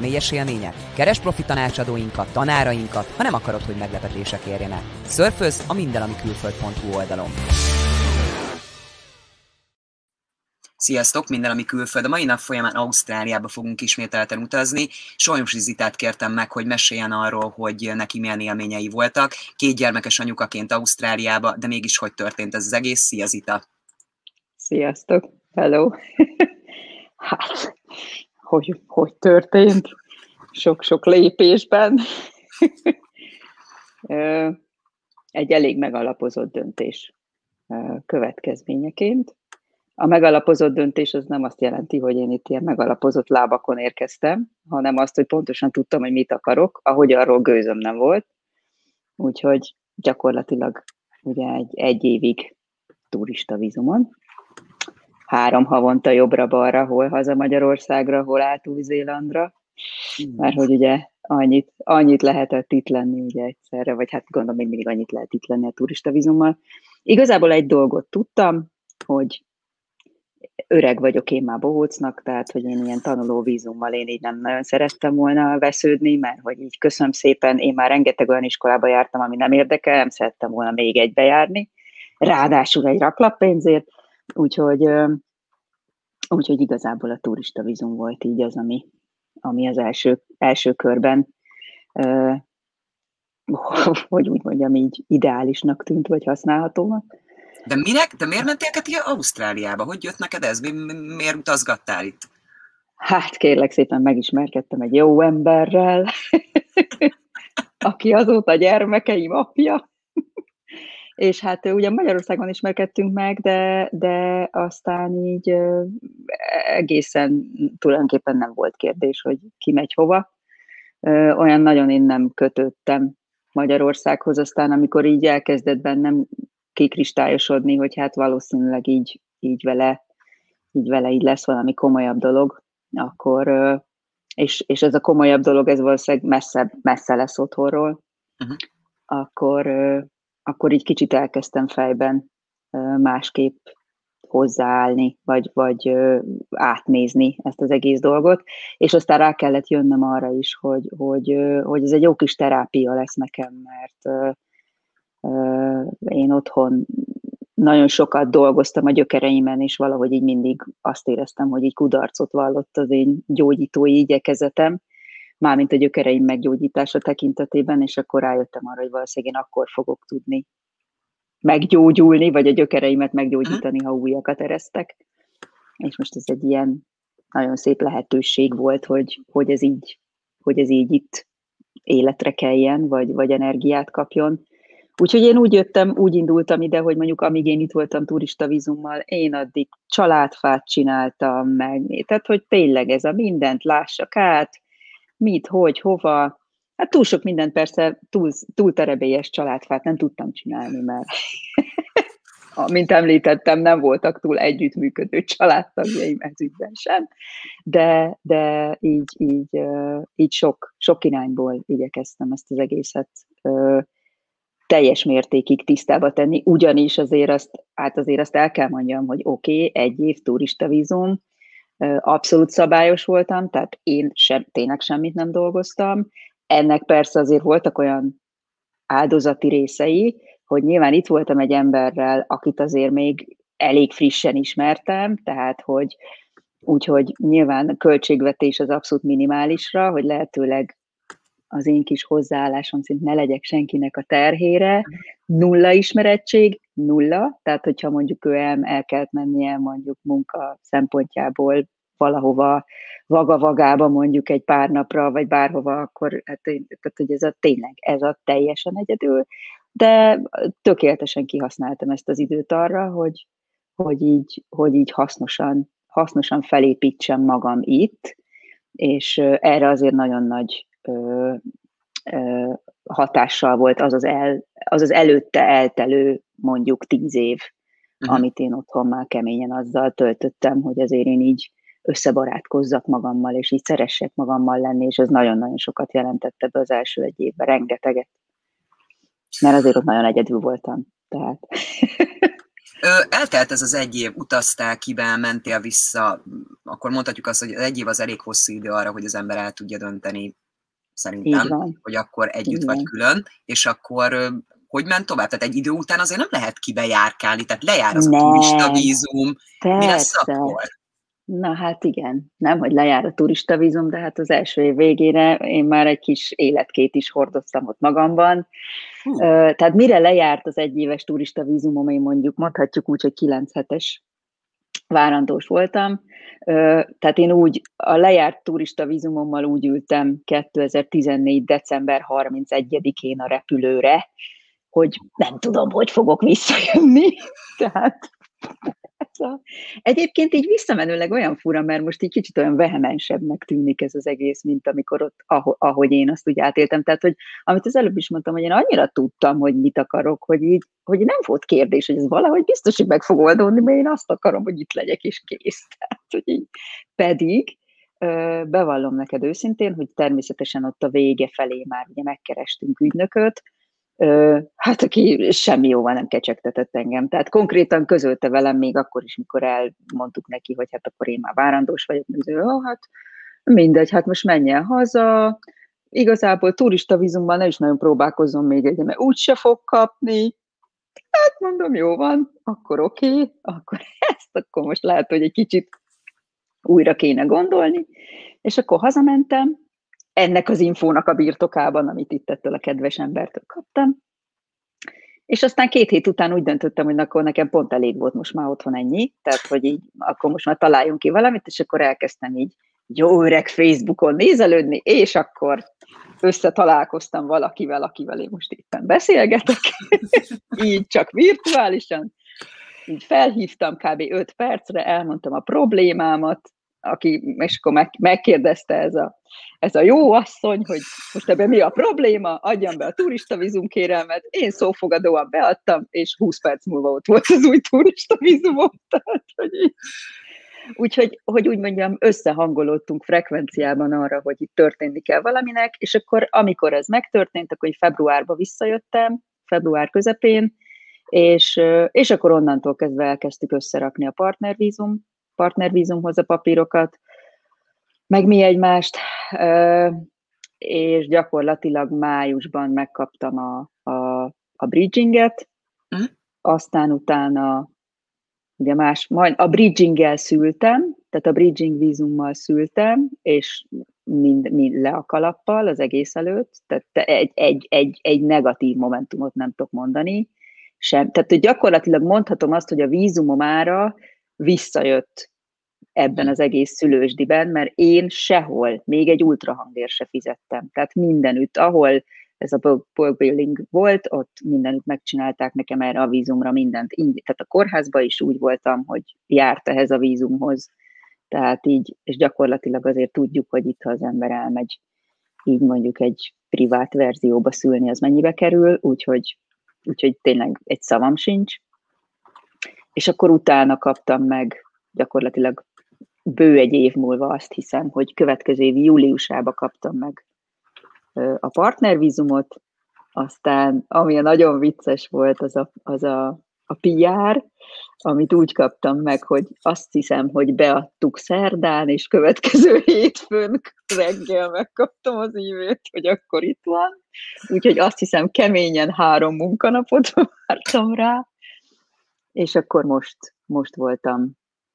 személyes élmények? Keresd profi tanácsadóinkat, tanárainkat, ha nem akarod, hogy meglepetések érjenek. Szörfözz a mindenamikülföld.hu oldalon. Sziasztok, minden, ami külföld. A mai nap folyamán Ausztráliába fogunk ismételten utazni. Solyomsi Zitát kértem meg, hogy meséljen arról, hogy neki milyen élményei voltak. 2 gyermekes anyukaként Ausztráliába, de mégis hogy történt ez az egész. Szia, Zita! Sziasztok! Hello! Hát, hogy történt? Sok-sok lépésben. Egy elég megalapozott döntés következményeként. A megalapozott döntés az nem azt jelenti, hogy én itt ilyen megalapozott lábakon érkeztem, hanem azt, hogy pontosan tudtam, hogy mit akarok, ahogy arról gőzöm nem volt. Úgyhogy gyakorlatilag ugye egy évig turista vízumon. 3 havonta jobbra-balra, hol haza Magyarországra, hol át Új-Zélandra. Mert hogy ugye annyit lehetett itt lenni ugye egyszerre, vagy hát gondolom, még mindig annyit lehet itt lenni a turista vízummal. Igazából egy dolgot tudtam, hogy öreg vagyok én már bohócnak, tehát, hogy én ilyen tanuló vízummal én így nem nagyon szerettem volna vesződni, mert hogy így köszönöm szépen, én már rengeteg olyan iskolába jártam, ami nem érdekel, nem szerettem volna még egybe járni, ráadásul egy raklappénzért, úgyhogy igazából a turista vízum volt így az, ami az első körben, hogy úgy mondjam, így ideálisnak tűnt, vagy használhatónak. De miért mentél Ausztráliába? Hogy jött neked ez? Miért utazgattál itt? Hát kérlek szépen megismerkedtem egy jó emberrel, aki azóta gyermekeim apja. És hát ugye Magyarországon ismerkedtünk meg, de aztán így egészen tulajdonképpen nem volt kérdés, hogy ki megy hova. Olyan nagyon én nem kötődtem Magyarországhoz, aztán amikor így elkezdett bennem kikristályosodni, hogy hát valószínűleg így vele így lesz valami komolyabb dolog, akkor, és ez a komolyabb dolog, ez valószínűleg messze lesz otthonról, akkor így kicsit elkezdtem fejben másképp hozzáállni, vagy átnézni ezt az egész dolgot, és aztán rá kellett jönnöm arra is, hogy ez egy jó kis terápia lesz nekem, mert én otthon nagyon sokat dolgoztam a gyökereimen, és valahogy így mindig azt éreztem, hogy így kudarcot vallott az én gyógyítói igyekezetem, mármint a gyökereim meggyógyítása tekintetében, és akkor rájöttem arra, hogy valószínűleg én akkor fogok tudni meggyógyulni, vagy a gyökereimet meggyógyítani, ha újakat eresztek. És most ez egy ilyen nagyon szép lehetőség volt, hogy ez így itt életre keljen, vagy energiát kapjon. Úgyhogy én úgy indultam ide, hogy mondjuk amíg én itt voltam turista vízummal, én addig családfát csináltam meg. Tehát, hogy tényleg ez a mindent lássak át, mit, hogy, hova. Hát túl sok mindent persze, túl terebélyes családfát nem tudtam csinálni, mert mint említettem, nem voltak túl együttműködő családtagjaim ez ügyben sem, de így sok irányból igyekeztem ezt az egészet teljes mértékig tisztába tenni, ugyanis azért azt el kell mondjam, hogy oké, 1 év turista vízum, abszolút szabályos voltam, tehát én tényleg semmit nem dolgoztam. Ennek persze azért voltak olyan áldozati részei, hogy nyilván itt voltam egy emberrel, akit azért még elég frissen ismertem, tehát úgyhogy nyilván a költségvetés az abszolút minimálisra, hogy lehetőleg az én kis hozzáállásom szerint ne legyek senkinek a terhére, 0 ismerettség, 0, tehát hogyha mondjuk ő el kellett mennie mondjuk munka szempontjából valahova vaga-vagába mondjuk egy pár napra, vagy bárhova, akkor tehát, hogy ez a teljesen egyedül, de tökéletesen kihasználtam ezt az időt arra, hogy így hasznosan felépítsem magam itt, és erre azért nagyon nagy hatással volt az előtte eltelő mondjuk 10 év, amit én otthon már keményen azzal töltöttem, hogy azért én így összebarátkozzak magammal, és így szeressek magammal lenni, és ez nagyon-nagyon sokat jelentett ebbe az első 1 évben, rengeteget. Mert azért ott nagyon egyedül voltam. Tehát. Eltelt ez az egy év, utaztál, kiben, mentél vissza, akkor mondhatjuk azt, hogy az egy év az elég hosszú idő arra, hogy az ember el tudja dönteni, szerintem, hogy akkor együtt vagy külön, és akkor hogy ment tovább? Tehát egy idő után azért nem lehet kibejárkálni, tehát lejár az a turista vízum, mi lesz akkor? Na hát igen, nem, hogy lejár a turista vízum, de hát az első év végére én már egy kis életkét is hordoztam ott magamban. Tehát mire lejárt az egyéves turista vízumom, én mondhatjuk úgy, hogy 9 hetes várandós voltam. Tehát én úgy a lejárt turista vízumommal úgy ültem 2014. december 31-én a repülőre, hogy nem tudom, hogy fogok visszajönni. Tehát egyébként így visszamenőleg olyan fura, mert most így kicsit olyan vehemensebbnek tűnik ez az egész, mint amikor ott, ahogy én azt úgy átéltem. Tehát, hogy amit az előbb is mondtam, hogy én annyira tudtam, hogy mit akarok, hogy nem volt kérdés, hogy ez valahogy biztos, hogy meg fog oldódni, mert én azt akarom, hogy itt legyek, és kész. Tehát, hogy így. Pedig bevallom neked őszintén, hogy természetesen ott a vége felé már ugye megkerestünk ügynököt, hát aki semmi jóval nem kecsegtetett engem. Tehát konkrétan közölte velem még akkor is, mikor elmondtuk neki, hogy hát akkor én már várandós vagyok, hát mindegy, hát most menjen haza, igazából turista vízumban ne is nagyon próbálkozom még egy, mert úgyse fog kapni. Hát mondom, jó van, akkor oké, akkor akkor most lehet, hogy egy kicsit újra kéne gondolni, és akkor hazamentem, ennek az infónak a birtokában, amit itt ettől a kedves embertől kaptam. És aztán 2 hét után úgy döntöttem, hogy akkor nekem pont elég volt most már otthon ennyi, tehát hogy így akkor most már találjunk ki valamit, és akkor elkezdtem így jó öreg Facebookon nézelődni, és akkor összetalálkoztam akivel én most éppen beszélgetek, így csak virtuálisan, így felhívtam kb. 5 percre, elmondtam a problémámat, és akkor megkérdezte ez a jó asszony, hogy most ebben mi a probléma, adjam be a turistavízum kérelmet, én szófogadóan beadtam, és 20 perc múlva ott volt az új turistavízumom. Úgyhogy, hogy úgy mondjam, összehangolódtunk frekvenciában arra, hogy itt történni kell valaminek, és akkor, amikor ez megtörtént, akkor februárba visszajöttem, február közepén, és akkor onnantól kezdve elkezdtük összerakni a partnervízumhoz a papírokat, meg mi egymást, és gyakorlatilag májusban megkaptam a bridginget, aztán utána ugye a bridginggel szültem, tehát a bridging vízummal szültem, és mind le a kalappal az egész előtt, tehát egy negatív momentumot nem tudok mondani, sem. Tehát hogy gyakorlatilag mondhatom azt, hogy a vízumom ára visszajött ebben az egész szülősdiben, mert én sehol, még egy ultrahangért se fizettem. Tehát mindenütt, ahol ez a bulk billing volt, ott mindenütt megcsinálták nekem erre a vízumra mindent. Tehát a kórházban is úgy voltam, hogy járt ehhez a vízumhoz. Tehát így, és gyakorlatilag azért tudjuk, hogy itt, ha az ember elmegy így mondjuk egy privát verzióba szülni, az mennyibe kerül, úgyhogy tényleg egy szavam sincs. És akkor utána kaptam meg gyakorlatilag bő egy év múlva, azt hiszem, hogy következő év júliusában kaptam meg a partnervízumot, aztán ami nagyon vicces volt, az a PR, amit úgy kaptam meg, hogy azt hiszem, hogy beadtuk szerdán, és következő hétfőn reggel megkaptam az e-mailt, hogy akkor itt van. Úgyhogy azt hiszem, keményen 3 munkanapot vártam rá, és akkor most voltam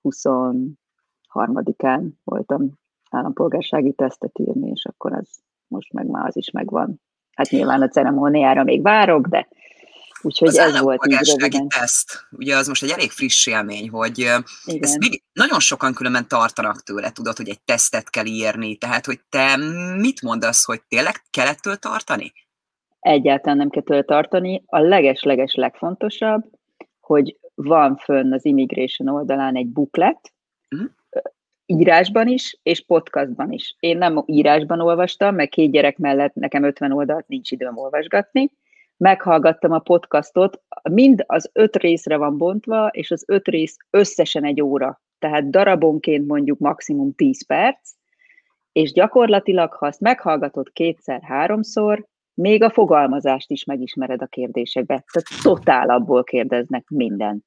23-án voltam állampolgársági tesztet írni, és akkor most meg már az is megvan. Hát nyilván a ceremóniára még várok, de úgyhogy az ez volt így röviden. Teszt, ugye az most egy elég friss élmény, hogy ezt még nagyon sokan különben tartanak tőle, tudod, hogy egy tesztet kell írni, tehát hogy te mit mondasz, hogy tényleg kell ettől tartani? Egyáltalán nem kell tőle tartani. A leges legfontosabb, hogy van fönn az Immigration oldalán egy booklet, írásban is, és podcastban is. Én nem írásban olvastam, meg 2 gyerek mellett nekem 50 oldalt nincs időm olvasgatni. Meghallgattam a podcastot, mind az 5 részre van bontva, és az 5 rész összesen 1 óra. Tehát darabonként mondjuk maximum 10 perc, és gyakorlatilag, ha azt meghallgatod 2-3-szor, még a fogalmazást is megismered a kérdésekbe. Tehát totál abból kérdeznek mindent.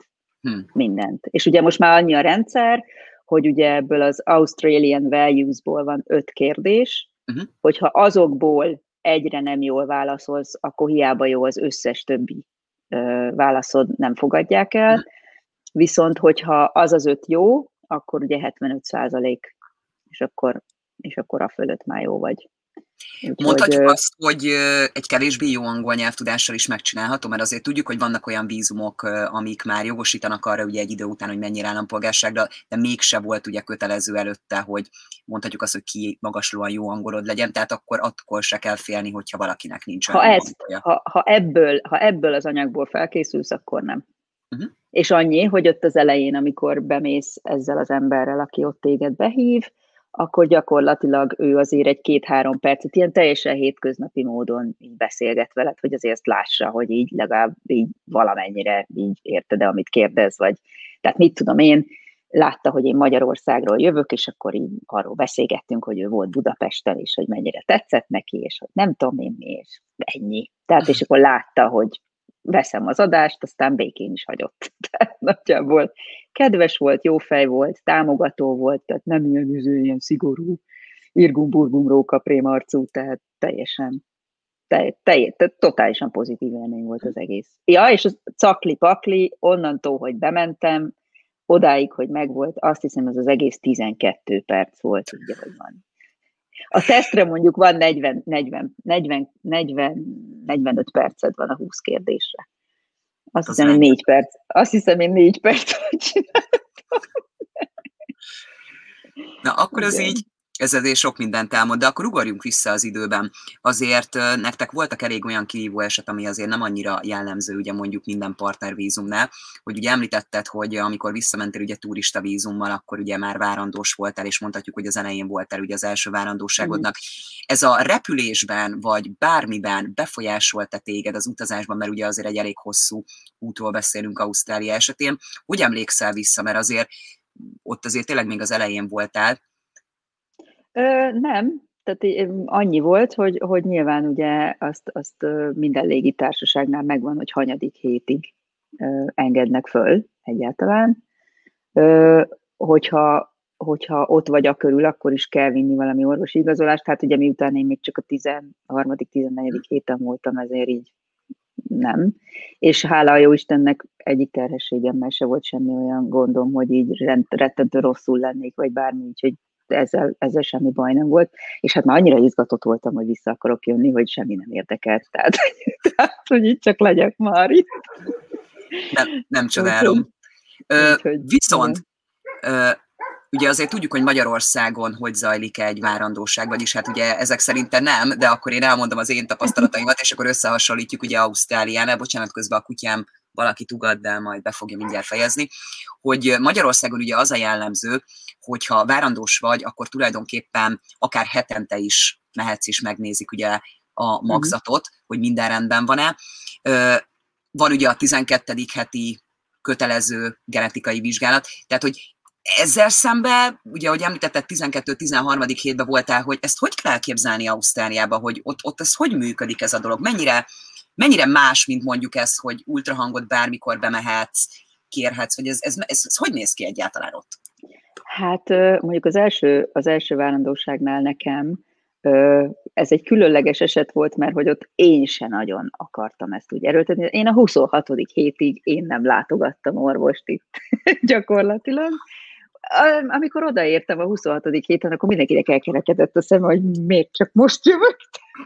mindent. És ugye most már annyi a rendszer, hogy ugye ebből az Australian Values-ból van 5 kérdés, hogyha azokból egyre nem jól válaszolsz, akkor hiába jó az összes többi válaszod, nem fogadják el. Viszont, hogyha az az 5 jó, akkor ugye 75%, és akkor a fölött már jó vagy. Mondhatjuk azt, hogy egy kevésbé jó angol nyelvtudással is megcsinálható, mert azért tudjuk, hogy vannak olyan vízumok, amik már jogosítanak arra ugye egy idő után, hogy mennyire állampolgárságra, de mégse volt ugye kötelező előtte, hogy mondhatjuk azt, hogy kimagaslóan jó angolod legyen, tehát akkor se kell félni, hogyha valakinek nincs olyan angolja. Ha ebből az anyagból felkészülsz, akkor nem. És annyi, hogy ott az elején, amikor bemész ezzel az emberrel, aki ott téged behív, akkor gyakorlatilag ő azért egy 2-3 percet ilyen teljesen hétköznapi módon így beszélget veled, hogy azért ezt lássa, hogy így legalább így valamennyire így érted-e, amit kérdez, vagy tehát mit tudom én, látta, hogy én Magyarországról jövök, és akkor így arról beszélgettünk, hogy ő volt Budapesten, és hogy mennyire tetszett neki, és hogy nem tudom én mi, és ennyi. Tehát és akkor látta, hogy veszem az adást, aztán békén is hagyott. Tehát nagyjából kedves volt, jó fej volt, támogató volt, tehát nem ilyen szigorú, irgum-burgum rókaprém arcú, tehát teljesen, totálisan pozitív élmény volt az egész. Ja, és az cakli-pakli, onnantól, hogy bementem, odáig, hogy megvolt, azt hiszem, ez az egész 12 perc volt, úgy, ahogy van. A tesztre mondjuk van 45 perced van a 20 kérdésre. Azt hiszem, én 4 perc. Azt hiszem, én 4 percet csináltam. Na, akkor ez így, ez azért sok mindent elmond, de akkor ugorjunk vissza az időben. Azért nektek voltak elég olyan kihívó eset, ami azért nem annyira jellemző, ugye mondjuk minden partnervízumnál, hogy ugye említetted, hogy amikor visszamentél ugye turista vízummal, akkor ugye már várandós voltál, és mondhatjuk, hogy az elején voltál ugye az első várandóságodnak. Ez a repülésben, vagy bármiben befolyásolta téged az utazásban, mert ugye azért egy elég hosszú útról beszélünk Ausztrália esetén. Hogy emlékszel vissza, mert azért ott azért tényleg még az elején voltál? Nem, tehát annyi volt, hogy nyilván ugye azt minden légitársaságnál megvan, hogy hanyadik hétig engednek föl egyáltalán. Hogyha ott vagy akörül, akkor is kell vinni valami orvosi igazolást. Hát ugye miután én még csak a 13.-14. héten voltam, ezért így nem. És hála a jó Istennek egyik terhességemmel se volt semmi olyan gondom, hogy így rettentő rosszul lennék, vagy bármi, úgyhogy ezzel semmi baj nem volt, és hát már annyira izgatott voltam, hogy vissza akarok jönni, hogy semmi nem érdekelt, tehát hogy itt csak legyek már itt. Nem csodálom. Viszont ugye azért tudjuk, hogy Magyarországon hogy zajlik egy várandóság, vagyis hát ugye ezek szerint nem, de akkor én elmondom az én tapasztalataimat, és akkor összehasonlítjuk ugye Ausztráliánál, bocsánat, közben a kutyám valakit ugad, de majd be fogja mindjárt fejezni, hogy Magyarországon ugye az a jellemző, hogyha várandós vagy, akkor tulajdonképpen akár hetente is mehetsz és megnézik ugye a magzatot, hogy minden rendben van-e. Van ugye a 12. heti kötelező genetikai vizsgálat, tehát hogy ezzel szemben, ugye, ahogy említetted, 12-13. hétben voltál, hogy ezt hogy kell elképzelni Ausztráliában, hogy ott ez hogy működik ez a dolog? Mennyire más, mint mondjuk ez, hogy ultrahangot bármikor bemehetsz, kérhetsz, vagy ez hogy néz ki egyáltalán ott? Hát mondjuk az első várandóságnál nekem ez egy különleges eset volt, mert hogy ott én se nagyon akartam ezt úgy erőltetni. Én a 26. hétig én nem látogattam orvost itt gyakorlatilag. Amikor odaértem a 26. héten, akkor mindenkinek elkerekedett a szeme, hogy miért csak most jövök.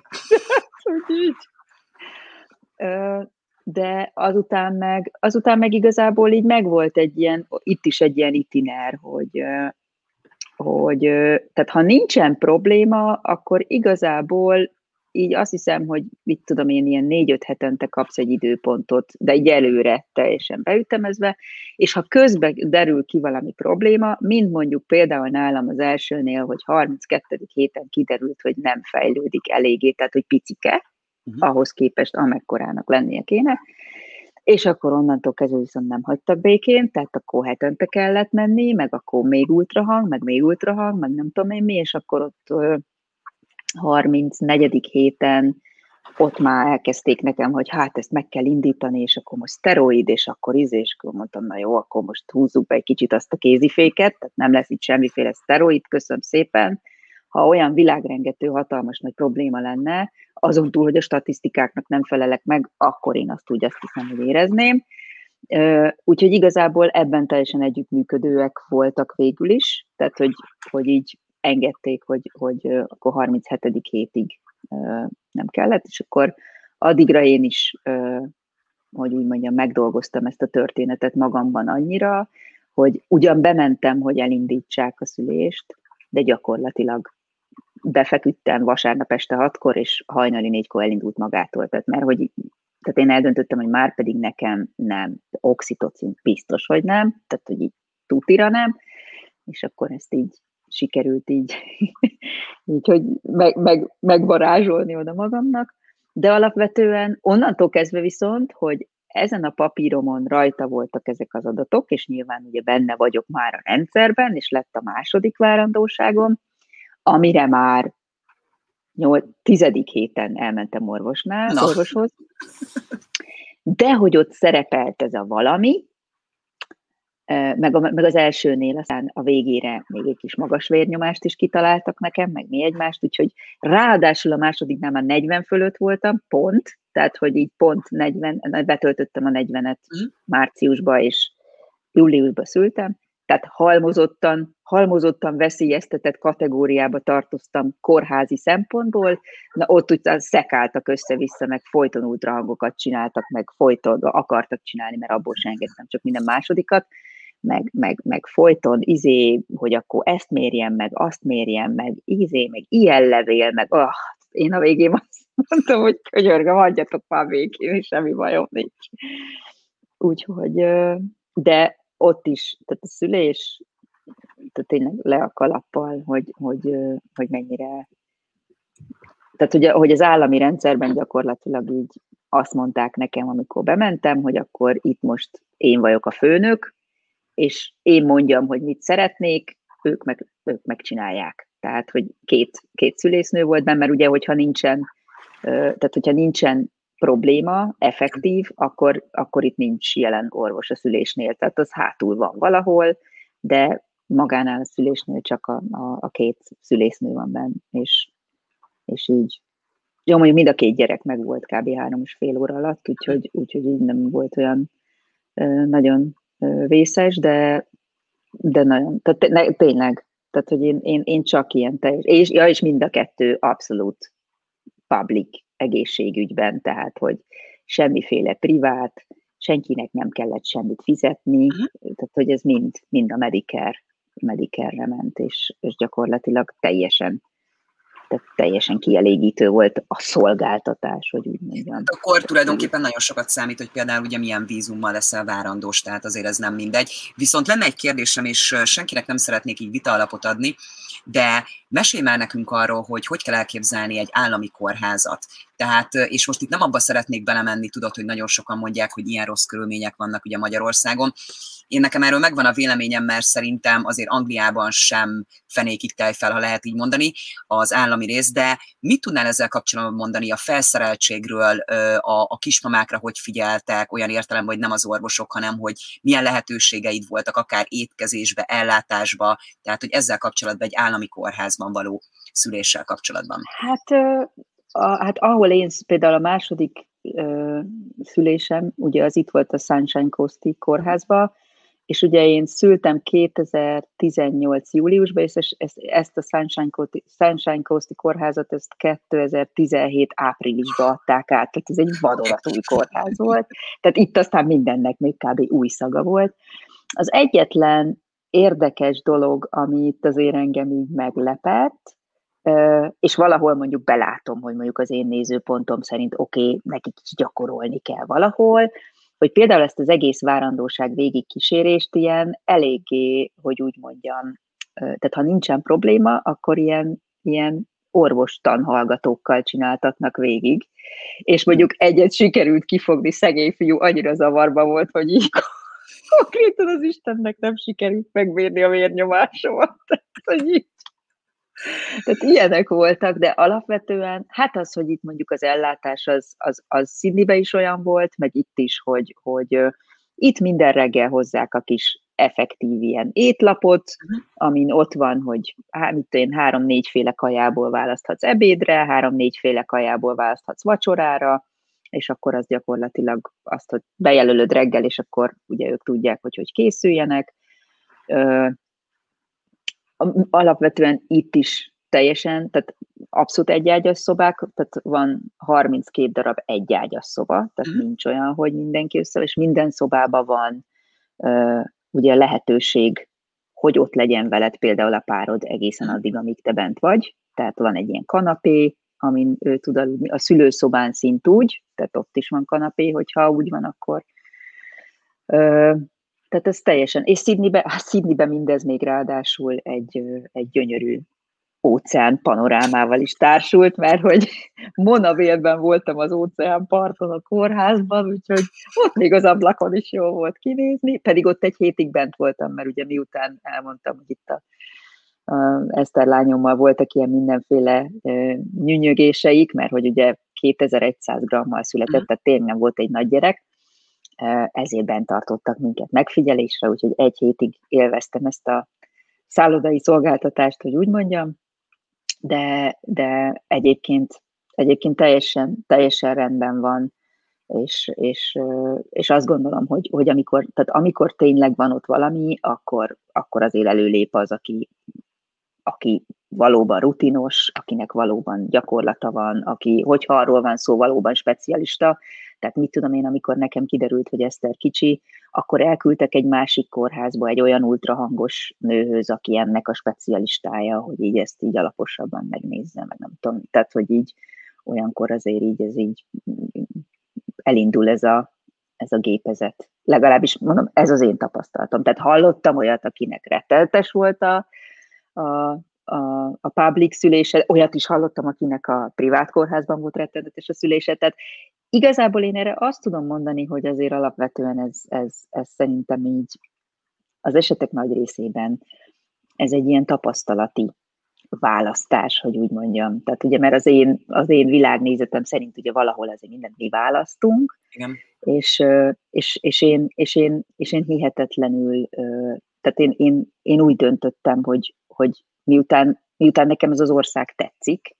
De azután meg igazából így megvolt egy ilyen, itt is egy ilyen itiner, hogy tehát ha nincsen probléma, akkor igazából így azt hiszem, hogy mit tudom én, ilyen 4-5 hetente kapsz egy időpontot, de így előre teljesen beütemezve, és ha közben derül ki valami probléma, mint mondjuk például nálam az elsőnél, hogy 32. héten kiderült, hogy nem fejlődik eléggé, tehát hogy picike, ahhoz képest amekkorának lennie kéne, és akkor onnantól kezdve viszont nem hagytak békén, tehát akkor hetente kellett menni, meg akkor még ultrahang, meg nem tudom én mi, és akkor ott 34. héten ott már elkezdték nekem, hogy hát ezt meg kell indítani, és akkor most szteroid, és akkor és akkor mondtam, na jó, akkor most húzzuk be egy kicsit azt a kéziféket, tehát nem lesz itt semmiféle szteroid, köszönöm szépen. Ha olyan világrengető, hatalmas nagy probléma lenne, azon túl, hogy a statisztikáknak nem felelek meg, akkor én azt hiszem, hogy érezném. Úgyhogy igazából ebben teljesen együttműködőek voltak végül is, tehát hogy így engedték, hogy akkor 37. hétig nem kellett, és akkor addigra én is, hogy úgy mondjam, megdolgoztam ezt a történetet magamban annyira, hogy ugyan bementem, hogy elindítsák a szülést, de gyakorlatilag befeküdtem vasárnap este 6-kor, és hajnali 4-kor elindult magától. Tehát én eldöntöttem, hogy már pedig nekem nem, oxitocin biztos, hogy nem, tehát hogy így tutira nem, és akkor ezt így sikerült így hogy megvarázsolni oda magamnak, de alapvetően onnantól kezdve viszont, hogy ezen a papíromon rajta voltak ezek az adatok, és nyilván ugye benne vagyok már a rendszerben, és lett a második várandóságom, amire már 10. héten elmentem orvoshoz, de hogy ott szerepelt ez a valami, meg az elsőnél aztán a végére még egy kis magas vérnyomást is kitaláltak nekem, meg még egymást, úgyhogy ráadásul a másodiknál már 40 fölött voltam, pont, tehát hogy így pont 40, betöltöttem a 40-et márciusba, és júliusba szültem, tehát halmozottan veszélyeztetett kategóriába tartoztam kórházi szempontból, na ott után szekáltak össze-vissza, meg folyton ultrahangokat csináltak, meg folyton akartak csinálni, mert abból sem engedtem csak minden másodikat, meg folyton, hogy akkor ezt mérjem, meg azt mérjem, meg meg ilyen levél, meg én a végén azt mondtam, hogy könyörgöm, hagyjatok már végén, semmi bajom nincs. Úgyhogy, de ott is, tehát a szülés, tehát tényleg le a kalappal, hogy mennyire, tehát hogy az állami rendszerben gyakorlatilag így azt mondták nekem, amikor bementem, hogy akkor itt most én vagyok a főnök, és én mondjam, hogy mit szeretnék, ők megcsinálják. Tehát, hogy két szülésznő volt benne, mert ugye, hogyha nincsen probléma, effektív, akkor itt nincs jelen orvos a szülésnél. Tehát az hátul van valahol, de magánál a szülésnél csak a két szülésznő van benne, és így. Jó, mondjuk mind a két gyerek meg volt kb. 3,5 óra alatt, úgyhogy így nem volt olyan nagyon vészes, de nagyon, tehát tényleg, tehát hogy én csak ilyen teljes, és mind a kettő abszolút public egészségügyben, tehát hogy semmiféle privát, senkinek nem kellett semmit fizetni, tehát hogy ez mind a Medicare-re ment, és gyakorlatilag teljesen kielégítő volt a szolgáltatás, hogy úgy mondjam. Akkor tulajdonképpen nagyon sokat számít, hogy például ugye milyen vízummal leszel várandós, tehát azért ez nem mindegy. Viszont lenne egy kérdésem, és senkinek nem szeretnék így vita alapot adni, de mesélj már nekünk arról, hogy kell elképzelni egy állami kórházat. Tehát, és most itt nem abba szeretnék belemenni, tudod, hogy nagyon sokan mondják, hogy ilyen rossz körülmények vannak ugye Magyarországon. Én nekem erről megvan a véleményem, mert szerintem azért Angliában sem fenékig tejfel, ha lehet így mondani, az állami rész, de mit tudnál ezzel kapcsolatban mondani a felszereltségről, a kismamákra, hogy figyeltek, olyan értelemben, hogy nem az orvosok, hanem hogy milyen lehetőségeid voltak, akár étkezésbe, ellátásba, tehát hogy ezzel kapcsolatban egy állami kórházban való szüléssel kapcsolatban. Hát ahol én például a második szülésem, ugye az itt volt a Sunshine Coast-i kórházba, és ugye én szültem 2018 júliusban, és ezt a Sunshine Coast-i kórházat, ezt 2017 áprilisban adták át, tehát ez egy vadonatúj kórház volt, tehát itt aztán mindennek még kb. Új szaga volt. Az egyetlen érdekes dolog, ami itt azért engem így meglepett, és valahol mondjuk belátom, hogy mondjuk az én nézőpontom szerint oké, nekik is gyakorolni kell valahol, hogy például ezt az egész várandóság végigkísérést ilyen eléggé, hogy úgy mondjam, tehát ha nincsen probléma, akkor ilyen orvostanhallgatókkal csináltatnak végig, és mondjuk egyet sikerült kifogni, szegény fiú annyira zavarba volt, hogy így konkrétan az Istennek nem sikerült megmérni a vérnyomásomat. Tehát, hogy így Tehát ilyenek voltak, de alapvetően, hát az, hogy itt mondjuk az ellátás az Sydneyben is olyan volt, meg itt is, hogy itt minden reggel hozzák a kis effektív ilyen étlapot, amin ott van, hogy mit tudom én, 3-4 féle kajából választhatsz ebédre, 3-4 féle kajából választhatsz vacsorára, és akkor az gyakorlatilag azt, hogy bejelölöd reggel, és akkor ugye ők tudják, hogy készüljenek. Alapvetően itt is teljesen, tehát abszolút egyágyas szobák, tehát van 32 darab egyágyas szoba, tehát nincs olyan, hogy mindenki össze, és minden szobában van ugye lehetőség, hogy ott legyen veled például a párod egészen addig, amíg te bent vagy, tehát van egy ilyen kanapé, amin ő tud aludni, a szülőszobán szintúgy, tehát ott is van kanapé, hogyha úgy van, akkor tehát ez teljesen, és Sydneyben mindez még ráadásul egy gyönyörű óceán panorámával is társult, mert hogy Monaville-ben voltam az óceánparton a kórházban, úgyhogy ott még az ablakon is jó volt kinézni, pedig ott egy hétig bent voltam, mert ugye miután elmondtam, hogy itt a Eszter lányommal voltak ilyen mindenféle nyűnyögéseik, mert hogy ugye 2100 grammal született, tehát tényleg nem volt egy nagy gyerek, ezért bent tartottak minket megfigyelésre, úgyhogy egy hétig élveztem ezt a szállodai szolgáltatást, hogy úgy mondjam, de egyébként teljesen rendben van, és azt gondolom, hogy amikor tényleg van ott valami, akkor azért előlép az, aki valóban rutinos, akinek valóban gyakorlata van, hogyha arról van szó, valóban specialista. Tehát mit tudom én, amikor nekem kiderült, hogy Eszter kicsi, akkor elküldtek egy másik kórházba egy olyan ultrahangos nőhöz, aki ennek a specialistája, hogy így ezt így alaposabban megnézze, meg nem tudom. Tehát, hogy így olyankor azért így elindul ez a gépezet. Legalábbis mondom, ez az én tapasztalatom. Tehát hallottam olyat, akinek retteltes volt a public szülése, olyat is hallottam, akinek a privát kórházban volt rettenetes a szülése. Tehát igazából én erre azt tudom mondani, hogy azért alapvetően ez szerintem így az esetek nagy részében ez egy ilyen tapasztalati választás, hogy úgy mondjam. Tehát ugye, mert az én világnézetem szerint ugye valahol azért mindent mi választunk, igen. És én hihetetlenül, tehát én úgy döntöttem, hogy miután nekem ez az ország tetszik,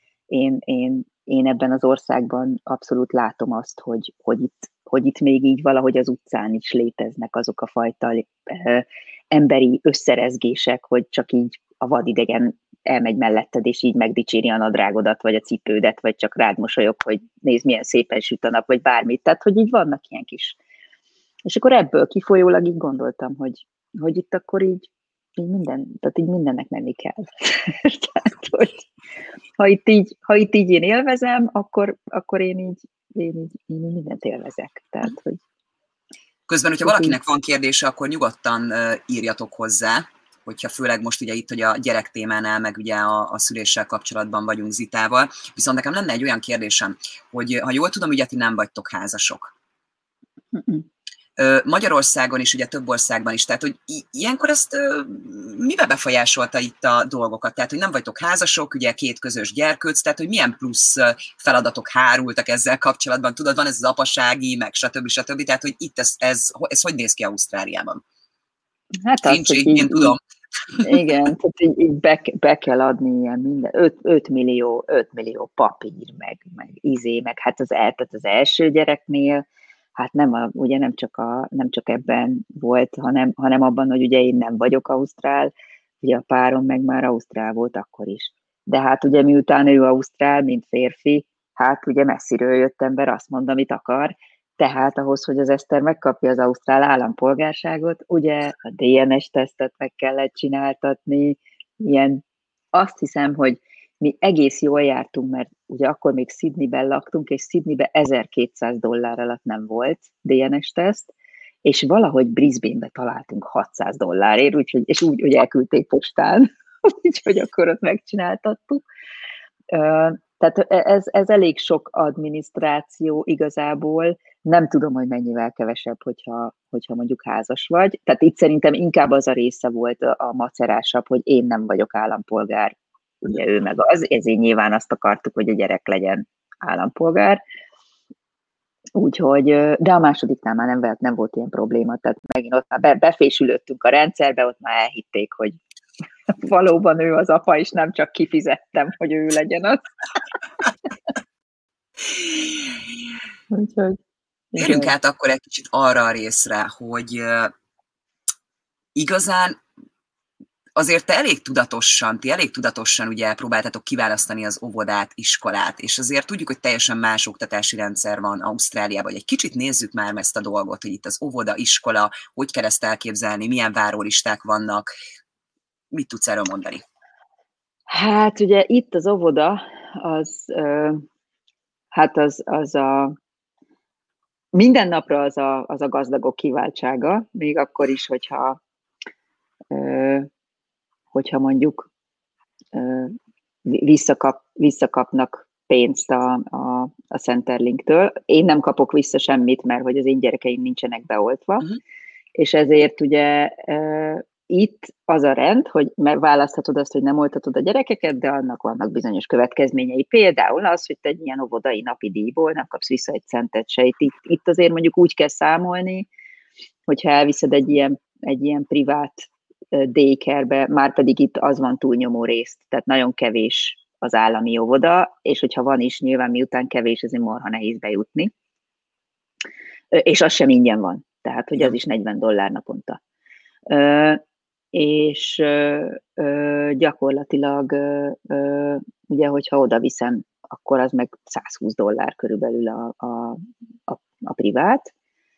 én ebben az országban abszolút látom azt, hogy itt még így valahogy az utcán is léteznek azok a fajta emberi összerezgések, hogy csak így a vadidegen elmegy melletted, és így megdicséri a nadrágodat, vagy a cipődet, vagy csak rád mosolyog, hogy nézd, milyen szépen süt a nap, vagy bármit. Tehát, hogy így vannak ilyen kis. És akkor ebből kifolyólag így gondoltam, hogy itt akkor így tehát így mindennek menni kell. Tehát, hogy ha itt így én élvezem, akkor én mindent élvezek. Tehát, hogy közben, hogyha valakinek van kérdése, akkor nyugodtan írjatok hozzá, hogyha főleg most ugye itt, hogy a gyerek témánál, meg ugye a szüléssel kapcsolatban vagyunk Zitával. Viszont nekem lenne egy olyan kérdésem, hogy ha jól tudom, ugye ti nem vagytok házasok. Magyarországon is, ugye több országban is, tehát hogy ilyenkor ezt mivel befolyásolta itt a dolgokat? Tehát, hogy nem vagytok házasok, ugye 2 közös gyerkőc, tehát, hogy milyen plusz feladatok hárultak ezzel kapcsolatban? Tudod, van ez az apasági, meg stb. Tehát, hogy itt ez hogy néz ki Ausztráliában? Hát azt, hogy én tudom. Igen, tehát így be kell adni ilyen minden, 5 millió papír, meg meg hát tehát az első gyereknél, hát ugye nem csak ebben volt, hanem abban, hogy ugye én nem vagyok ausztrál, ugye a párom meg már ausztrál volt akkor is. De hát ugye miután ő ausztrál, mint férfi, hát ugye messziről jött ember azt mond, amit akar, tehát ahhoz, hogy az Eszter megkapja az ausztrál állampolgárságot, ugye a DNS-tesztet meg kellett csináltatni, azt hiszem, hogy mi egész jól jártunk, mert ugye akkor még Sydneyben laktunk, és Sydneyben $1200 alatt nem volt DNS-teszt, és valahogy Brisbane-be találtunk $600, és úgy, hogy elküldték postán, úgyhogy akkor ott megcsináltattuk. Tehát ez elég sok adminisztráció igazából, nem tudom, hogy mennyivel kevesebb, hogyha mondjuk házas vagy. Tehát itt szerintem inkább az a része volt a macerásabb, hogy én nem vagyok állampolgár ugye ő meg az, ezért nyilván azt akartuk, hogy a gyerek legyen állampolgár. Úgyhogy, de a másodiknál már nem volt ilyen probléma, tehát megint ott már befésülődtünk a rendszerbe, ott már elhitték, hogy valóban ő az apa, és nem csak kifizettem, hogy ő legyen az. Úgyhogy... Térjünk át akkor egy kicsit arra a részre, hogy igazán azért ti elég tudatosan ugye próbáltatok kiválasztani az óvodát, iskolát, és azért tudjuk, hogy teljesen más oktatási rendszer van Ausztráliában, hogy egy kicsit nézzük már ezt a dolgot, hogy itt az óvoda, iskola, hogy kell ezt elképzelni, milyen várólisták vannak, mit tudsz erről mondani? Hát ugye itt az óvoda, az a minden napra az a gazdagok kiváltsága, még akkor is, hogyha mondjuk visszakapnak pénzt a Centerlinktől. Én nem kapok vissza semmit, mert hogy az én gyerekeim nincsenek beoltva, és ezért ugye itt az a rend, hogy választhatod azt, hogy nem oltatod a gyerekeket, de annak vannak bizonyos következményei. Például az, hogy te egy ilyen óvodai napi díjból nem kapsz vissza egy centet se. Itt azért mondjuk úgy kell számolni, hogyha elviszed egy ilyen privát daycare-be, már pedig itt az van túlnyomó részt, tehát nagyon kevés az állami óvoda, és hogyha van is, nyilván miután kevés, ezért marha nehéz bejutni. És az sem ingyen van, tehát hogy az is $40 naponta. És gyakorlatilag ugye, hogyha oda viszem, akkor az meg $120 körülbelül a privát.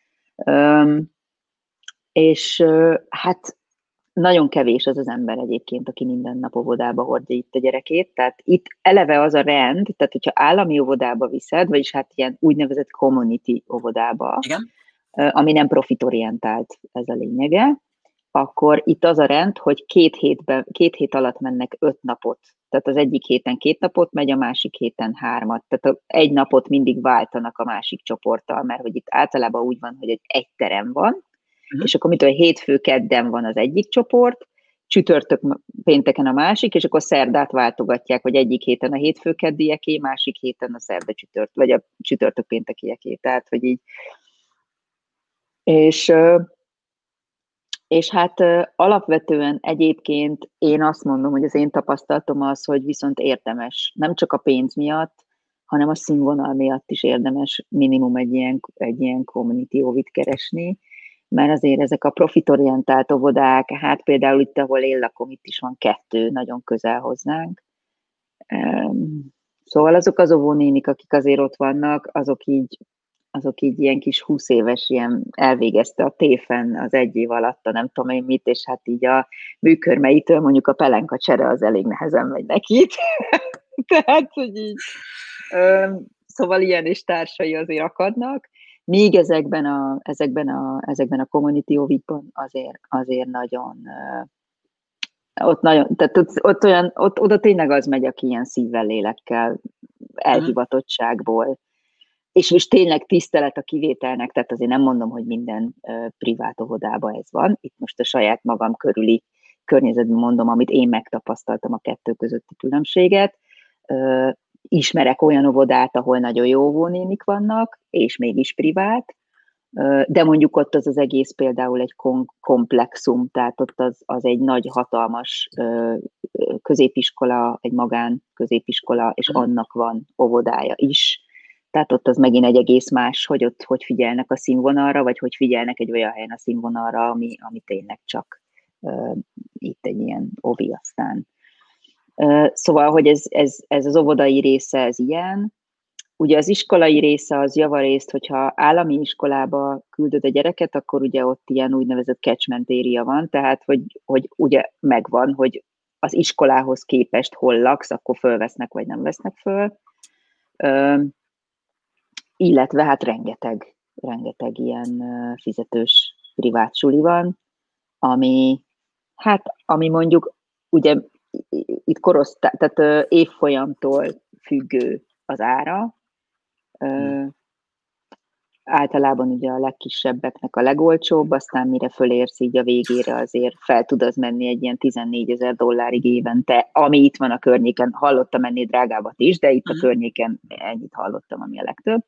És hát nagyon kevés az ember egyébként, aki minden nap óvodába hordja itt a gyerekét, tehát itt eleve az a rend, tehát hogyha állami óvodába viszed, vagyis hát ilyen úgynevezett community óvodába, igen, ami nem profitorientált, ez a lényege, akkor itt az a rend, hogy 2 hét alatt mennek 5 napot. Tehát az egyik héten 2 napot megy, a másik héten 3. Tehát egy napot mindig váltanak a másik csoporttal, mert hogy itt általában úgy van, hogy egy terem van, és akkor mitől hétfő, kedden van az egyik csoport, csütörtök, pénteken a másik, és akkor szerdát váltogatják, hogy egyik héten a hétfő, keddieké, másik héten a szerda csütört, vagy a csütörtök, péntekieké. Tehát, hogy így. És hát alapvetően egyébként én azt mondom, hogy az én tapasztalatom az, hogy viszont érdemes, nem csak a pénz miatt, hanem a színvonal miatt is érdemes minimum egy ilyen community óvit keresni, mert azért ezek a profitorientált óvodák, hát például itt, ahol én lakom, itt is van 2 nagyon közel hozzánk. Szóval azok az óvónénik, akik azért ott vannak, azok így ilyen kis 20 éves, ilyen elvégezte a téfen az 1 év alatt, nem tudom én mit, és hát így a műkörmeitől mondjuk a pelenka csere az elég nehezen megy neki. Tehát, hogy így. Szóval ilyen és társai azért akadnak. Míg ezekben a community óvikban azért nagyon, tehát oda tényleg az megy, aki ilyen szívvel, lélekkel, elhivatottságból, és tényleg tisztelet a kivételnek, tehát azért nem mondom, hogy minden privát óvodában ez van. Itt most a saját magam körüli környezetben mondom, amit én megtapasztaltam a 2 közötti különbséget. Ismerek olyan óvodát, ahol nagyon jó óvónénik vannak, és mégis privát, de mondjuk ott az egész például egy komplexum, tehát ott az egy nagy, hatalmas középiskola, egy magán középiskola, és annak van óvodája is. Tehát ott az megint egy egész más, hogy ott hogy figyelnek a színvonalra, vagy hogy figyelnek egy olyan helyen a színvonalra, ami tényleg csak itt egy ilyen ovi aztán. Szóval, hogy ez az óvodai része, ez ilyen. Ugye az iskolai része az javarészt, hogyha állami iskolába küldöd a gyereket, akkor ugye ott ilyen úgynevezett catchment area van, tehát hogy ugye megvan, hogy az iskolához képest hol laksz, akkor fölvesznek, vagy nem vesznek föl. Illetve hát rengeteg ilyen fizetős privát suli van, ami mondjuk ugye itt tehát évfolyamtól függő az ára. általában ugye a legkisebbeknek a legolcsóbb, aztán mire fölérsz így a végére, azért fel tud az menni egy ilyen $14,000 évente, ami itt van a környéken. Hallottam ennél drágábbat is, de itt a környéken ennyit hallottam, ami a legtöbb.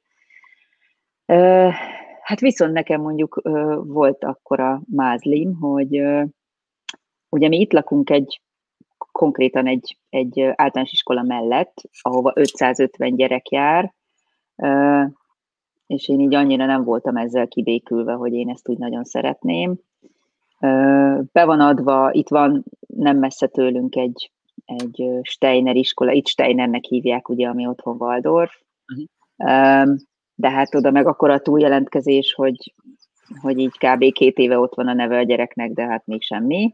Hát viszont nekem mondjuk volt akkora mázlim, hogy ugye mi itt lakunk konkrétan egy általános iskola mellett, ahova 550 gyerek jár, és én így annyira nem voltam ezzel kibékülve, hogy én ezt úgy nagyon szeretném. Be van adva, itt van nem messze tőlünk egy Steiner iskola, itt Steinernek hívják, ugye, ami otthon Waldorf, de hát oda meg akkor a túljelentkezés, hogy így kb. 2 éve ott van a neve a gyereknek, de hát még semmi.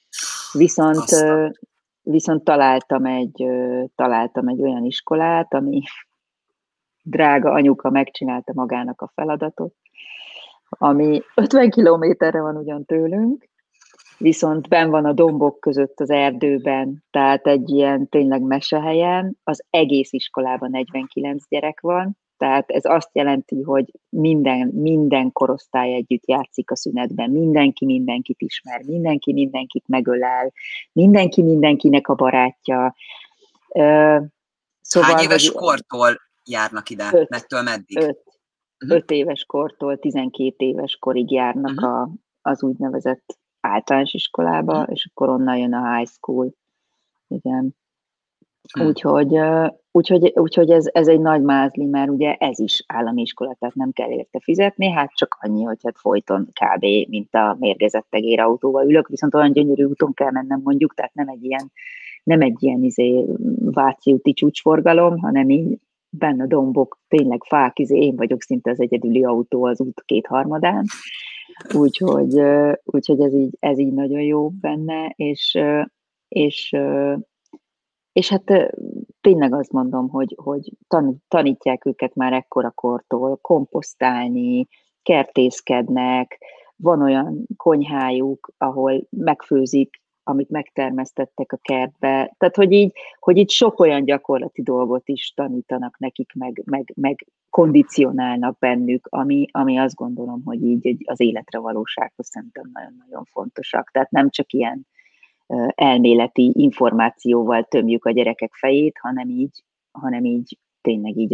Viszont találtam egy olyan iskolát, ami drága anyuka megcsinálta magának a feladatot, ami 50 kilométerre van ugyan tőlünk, viszont benn van a dombok között az erdőben, tehát egy ilyen tényleg mesehelyen, az egész iskolában 49 gyerek van, tehát ez azt jelenti, hogy minden korosztály együtt játszik a szünetben, mindenki mindenkit ismer, mindenki mindenkit megölel, mindenki mindenkinek a barátja. Szóval, hány éves kortól járnak ide? Mettől meddig? 5 éves kortól 12 éves korig járnak az úgynevezett általános iskolába, és akkor onnan jön a high school. Igen. Úgyhogy ez egy nagy mázli, mert ugye ez is állami iskola, tehát nem kell érte fizetni, hát csak annyi, hogy hát folyton kb. Mint a mérgezett tegérautóval ülök, viszont olyan gyönyörű úton kell mennem mondjuk, tehát nem egy ilyen Váci úti csúcsforgalom, hanem így benne a dombok, tényleg fák, én vagyok szinte az egyedüli autó az út 2/3. Úgyhogy ez így nagyon jó benne, és hát tényleg azt mondom, hogy tanítják őket már ekkora kortól komposztálni, kertészkednek, van olyan konyhájuk, ahol megfőzik, amit megtermesztettek a kertbe. Tehát, hogy így sok olyan gyakorlati dolgot is tanítanak nekik, meg kondicionálnak bennük, ami azt gondolom, hogy így az életre valósághoz szerintem nagyon-nagyon fontosak. Tehát nem csak ilyen elméleti információval tömjük a gyerekek fejét, hanem így tényleg így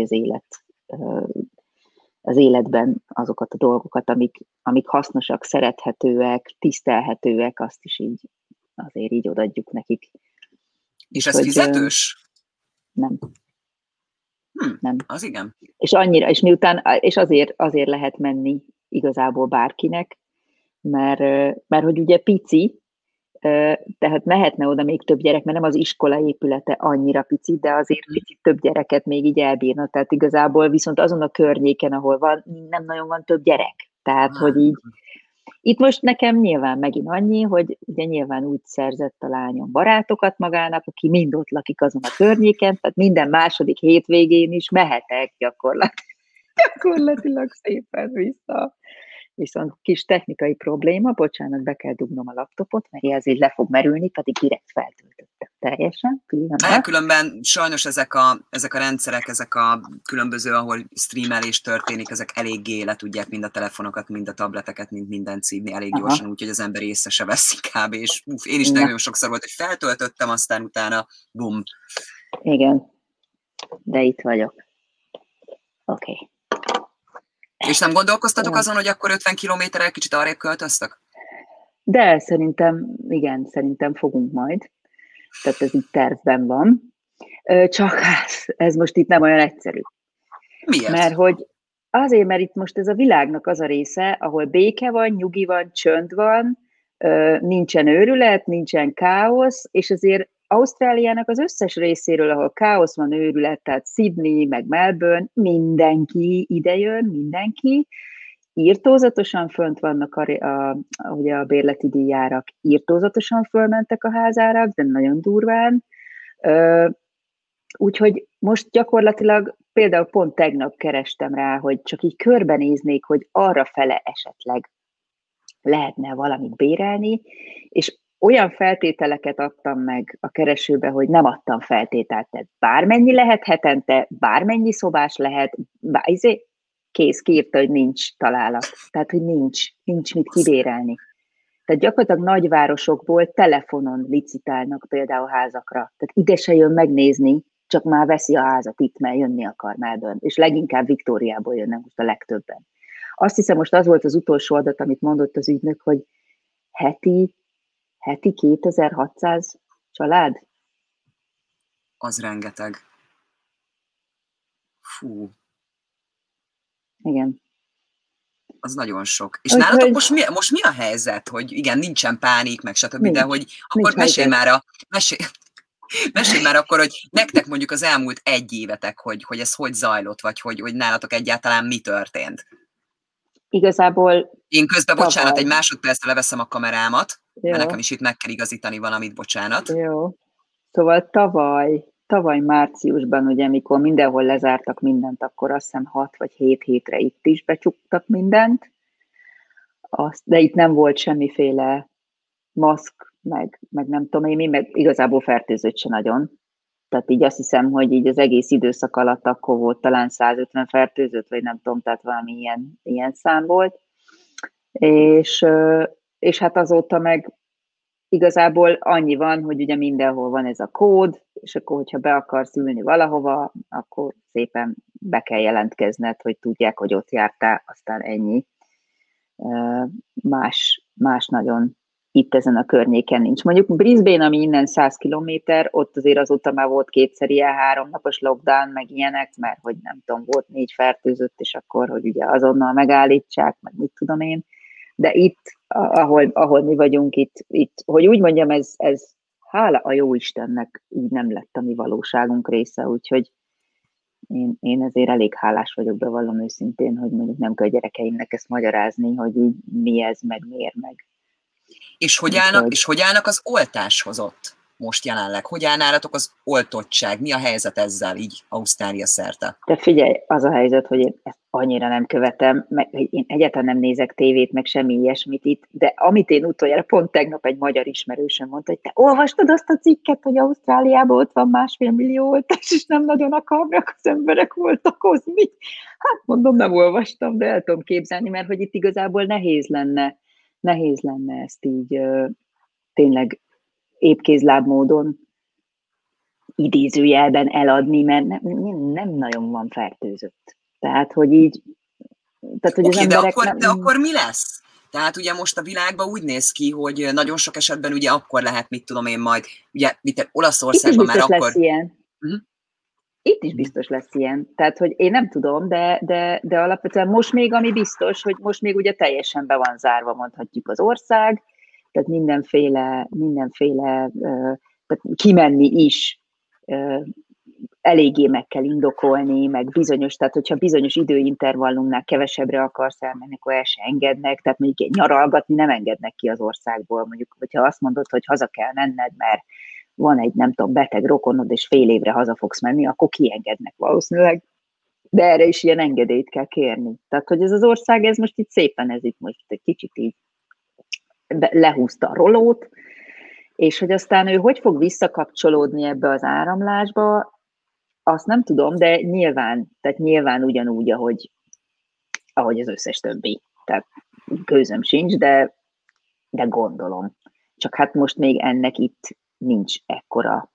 az életben azokat a dolgokat, amik hasznosak, szerethetőek, tisztelhetőek, azt is így azért így odaadjuk nekik. És ez fizetős? Nem. Nem. Az igen. És azért lehet menni igazából bárkinek, mert hogy ugye pici, tehát mehetne oda még több gyerek, mert nem az iskola épülete annyira pici, de azért picit több gyereket még így elbírna, tehát igazából viszont azon a környéken, ahol van, nem nagyon van több gyerek. Tehát, hogy így itt most nekem nyilván megint annyi, hogy ugye nyilván úgy szerzett a lányom barátokat magának, aki mind ott lakik azon a környéken, tehát minden második hétvégén is mehetek gyakorlatilag szépen vissza. Viszont kis technikai probléma, bocsánat, be kell dugnom a laptopot, mert ezért le fog merülni, pedig direkt feltöltöttem teljesen. Különben sajnos ezek a rendszerek, ezek a különböző, ahol streamelés történik, ezek eléggé le tudják mind a telefonokat, mind a tableteket, mind mindent szívni elég gyorsan, úgyhogy az ember észre se veszik kb. És én is nagyon sokszor volt, hogy feltöltöttem, aztán utána bum. Igen, de itt vagyok. Oké. És nem gondolkoztatok azon, hogy akkor 50 kilométerrel kicsit arrébb költöztök? De szerintem fogunk majd. Tehát ez így tervben van. Csak ez most itt nem olyan egyszerű. Miért? Mert itt most ez a világnak az a része, ahol béke van, nyugi van, csönd van, nincsen őrület, nincsen káosz, és azért Ausztráliának az összes részéről, ahol káosz van, őrület, tehát Sydney, meg Melbourne, mindenki idejön, mindenki. Írtózatosan fönt vannak ugye a bérleti díjárak, írtózatosan fölmentek a házárak, de nagyon durván. Úgyhogy most gyakorlatilag például pont tegnap kerestem rá, hogy csak így körbenéznék, hogy arra fele esetleg lehetne valamit bérelni, és olyan feltételeket adtam meg a keresőbe, hogy nem adtam feltételt, tehát bármennyi lehet hetente, bármennyi szobás lehet, kész, kiírta, hogy nincs találat. Tehát, hogy nincs mit kibérelni. Tehát gyakorlatilag nagyvárosokból telefonon licitálnak például házakra. Tehát ide se jön megnézni, csak már veszi a házat itt, mert jönni akar Melbourne. És leginkább Viktóriából jönnek most a legtöbben. Azt hiszem, most az volt az utolsó adat, amit mondott az ügynök, hogy heti 2600 család? Az rengeteg. Fú. Igen. Az nagyon sok. És nálatok most mi a helyzet, hogy igen, nincsen pánik, meg stb., de hogy akkor mesélj már akkor, hogy nektek mondjuk az elmúlt 1 évetek, hogy ez hogy zajlott, vagy hogy nálatok egyáltalán mi történt? Igazából én közben, bocsánat, egy másodpercre leveszem a kamerámat, jó. Mert nekem is itt meg kell igazítani valamit, bocsánat. Jó. Szóval tavaly márciusban, ugye, amikor mindenhol lezártak mindent, akkor azt hiszem 6 vagy 7 hétre itt is becsuktak mindent, de itt nem volt semmiféle maszk, meg nem tudom én, meg igazából fertőzött se nagyon. Tehát így azt hiszem, hogy így az egész időszak alatt akkor volt talán 150 fertőzött, vagy nem tudom, tehát valami ilyen szám volt. És hát azóta meg igazából annyi van, hogy ugye mindenhol van ez a kód, és akkor, hogyha be akarsz ülni valahova, akkor szépen be kell jelentkezned, hogy tudják, hogy ott jártál, aztán ennyi. Más nagyon itt ezen a környéken nincs. Mondjuk Brisbane, ami innen 100 kilométer, ott azért azóta már volt 2 ilyen 3 napos lockdown, meg ilyenek, mert hogy nem tudom, volt 4 fertőzött, és akkor, hogy ugye azonnal megállítsák, meg mit tudom én. De itt, ahol mi vagyunk, itt hogy úgy mondjam, ez hála a jó Istennek így nem lett a mi valóságunk része, úgyhogy én ezért elég hálás vagyok, bevallom őszintén, hogy mondjuk nem kell a gyerekeimnek ezt magyarázni, hogy így mi ez, meg miért, meg. És hogy állnak az oltáshoz ott most jelenleg? Hogy áll nálatok az oltottság? Mi a helyzet ezzel így Ausztrália szerte? De figyelj, az a helyzet, hogy én ezt annyira nem követem, meg én egyáltalán nem nézek tévét, meg semmi ilyesmit itt, de amit én utoljára pont tegnap egy magyar ismerősöm mondta, hogy te olvastad azt a cikket, hogy Ausztráliában ott van 1,5 millió oltás, és nem nagyon akarnak az emberek oltakozni. Hát mondom, nem olvastam, de el tudom képzelni, mert hogy itt igazából nehéz lenne ezt így tényleg épkézláb módon idézőjelben eladni, mert nem nagyon van fertőzött. Tehát, hogy így... Tehát, hogy okay, az emberek de akkor mi lesz? Tehát ugye most a világban úgy néz ki, hogy nagyon sok esetben ugye akkor lehet, mit tudom én majd, ugye Olaszországban már akkor... Lesz ilyen. Itt is biztos lesz ilyen. Tehát, hogy én nem tudom, de alapvetően most még, ami biztos, hogy most még ugye teljesen be van zárva, mondhatjuk az ország, tehát mindenféle tehát kimenni is eléggé meg kell indokolni, meg bizonyos, tehát hogyha bizonyos időintervallumnál kevesebbre akarsz elmenni, akkor el se engednek, tehát mondjuk nyaralgatni nem engednek ki az országból, mondjuk, hogyha azt mondod, hogy haza kell menned, mert van egy, nem tudom, beteg rokonod, és fél évre haza fogsz menni, akkor kiengednek valószínűleg, de erre is ilyen engedélyt kell kérni. Tehát, hogy ez az ország, ez most itt szépen, ez itt most egy kicsit így lehúzta a rolót, és hogy aztán ő hogy fog visszakapcsolódni ebbe az áramlásba, azt nem tudom, de nyilván ugyanúgy, ahogy az összes többi. Tehát gőzöm sincs, de gondolom. Csak hát most még ennek itt nincs ekkora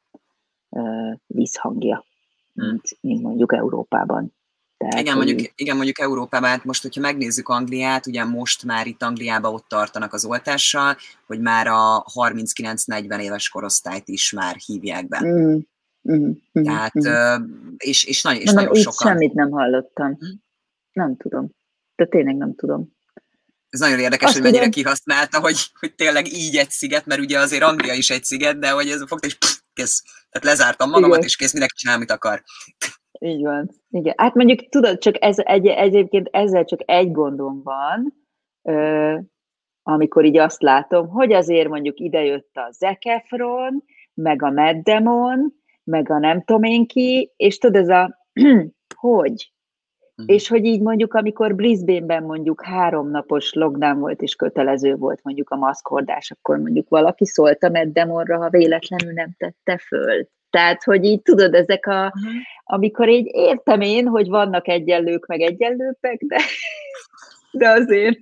vízhangja, mint mondjuk Európában. Tehát, igen, mondjuk Európában, hát most, hogyha megnézzük Angliát, ugye most már itt Angliában ott tartanak az oltással, hogy már a 39-40 éves korosztályt is már hívják be. Tehát, és nagyon sokan... Semmit nem hallottam. Nem tudom. De tényleg nem tudom. Ez nagyon érdekes, hogy mennyire kihasználta, hogy tényleg így egy sziget, mert ugye azért Anglia is egy sziget, de hogy ez fogta, és kész. Tehát lezártam magamat, igen. És kész, mindenki csinál, amit akar. Így van. Igen. Hát mondjuk tudod, csak egyébként ezzel csak egy gondom van, amikor így azt látom, hogy azért mondjuk idejött a Zac Efron, meg a Matt Damon, meg a nem tudom én ki, és tudod, ez a hogy? És hogy így mondjuk, amikor Brisbane-ben mondjuk 3 napos lockdown volt, és kötelező volt mondjuk a maszkhordás, akkor mondjuk valaki szólt a Matt Damonra, ha véletlenül nem tette föl. Tehát, hogy így tudod, ezek amikor így értem én, hogy vannak egyenlők meg egyenlőpek, de